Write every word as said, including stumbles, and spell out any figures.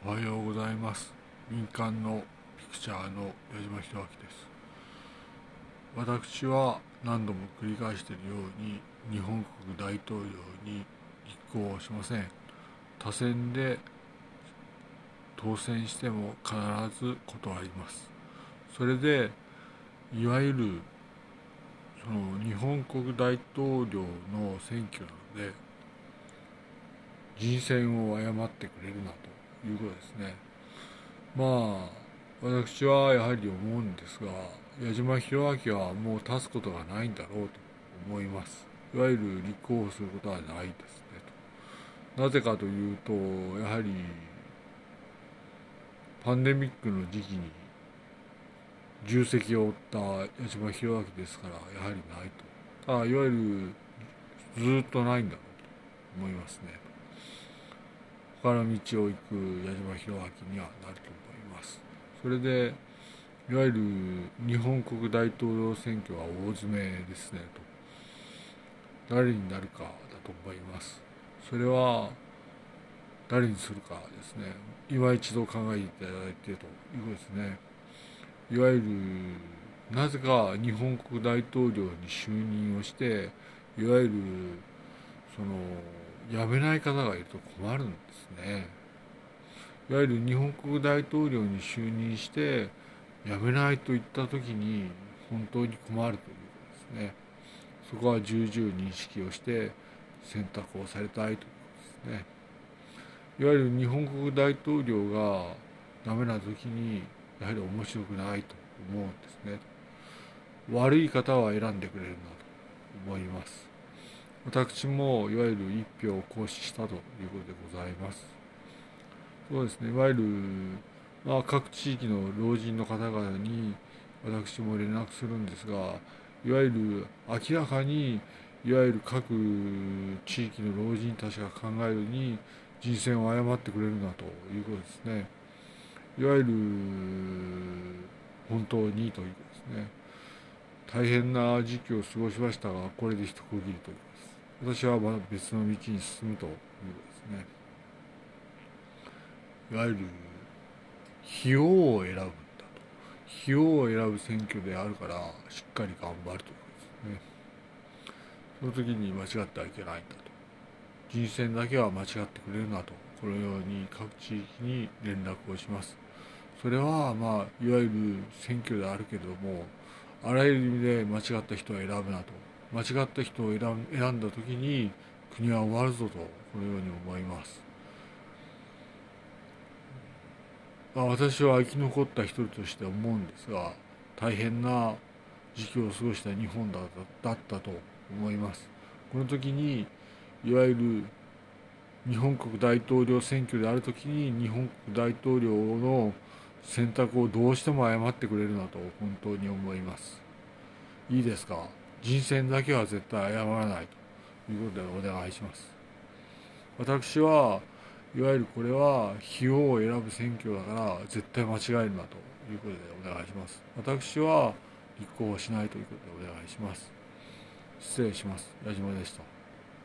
おはようございます。民間のピクチャーの矢島弘明です。私は何度も繰り返しているように日本国大統領に立候補しません。他選で当選しても必ず断ります。それでいわゆるその日本国大統領の選挙なので人選を誤ってくれるなということですね。まあ私はやはり思うんですが、矢島弘明はもう立つことがないんだろうと思います。いわゆる立候補することはないですねと。なぜかというと、やはりパンデミックの時期に重責を負った矢島弘明ですから、やはりないと。あいわゆるずっとないんだろうと思いますね。他の道を行く矢島弘明にはなると思います。それでいわゆる日本国大統領選挙は大詰めですねと。誰になるかだと思います。それは誰にするかですね。今一度考えていただいてということですね。いわゆるなぜか日本国大統領に就任をして、いわゆるその辞めない方がいると困るんですね。いわゆる日本国大統領に就任して辞めないといった時に本当に困るということですね。そこは重々認識をして選択をされたいということですね。いわゆる日本国大統領がダメな時にやはり面白くないと思うんですね。悪い方は選んでくれるなと思います。私もいわゆる一票を行使したということでございます。そうですね、いわゆる、まあ、各地域の老人の方々に私も連絡するんですが、いわゆる明らかにいわゆる各地域の老人たちが考えるに人選を誤ってくれるなということですね。いわゆる本当にということですね。大変な時期を過ごしましたが、これで一区切りということです。私はまた別の道に進むということですね。いわゆる費用を選ぶんだと。費用を選ぶ選挙であるからしっかり頑張るということですね。その時に間違ってはいけないんだと。人選だけは間違ってくれるなと、このように各地域に連絡をします。それはまあいわゆる選挙であるけれども、あらゆる意味で間違った人を選ぶなと。間違った人を選んだ時に国は終わるぞと、このように思います。まあ、私は生き残った一人として思うんですが、大変な時期を過ごした日本だったと思います。この時にいわゆる日本国大統領選挙である時に日本国大統領の選択をどうしても誤ってくれるなと本当に思います。いいですか。人選だけは絶対誤らないということでお願いします。私はいわゆるこれは費用を選ぶ選挙だから絶対間違えるなということでお願いします。私は立候補しないということでお願いします。失礼します。矢島でした。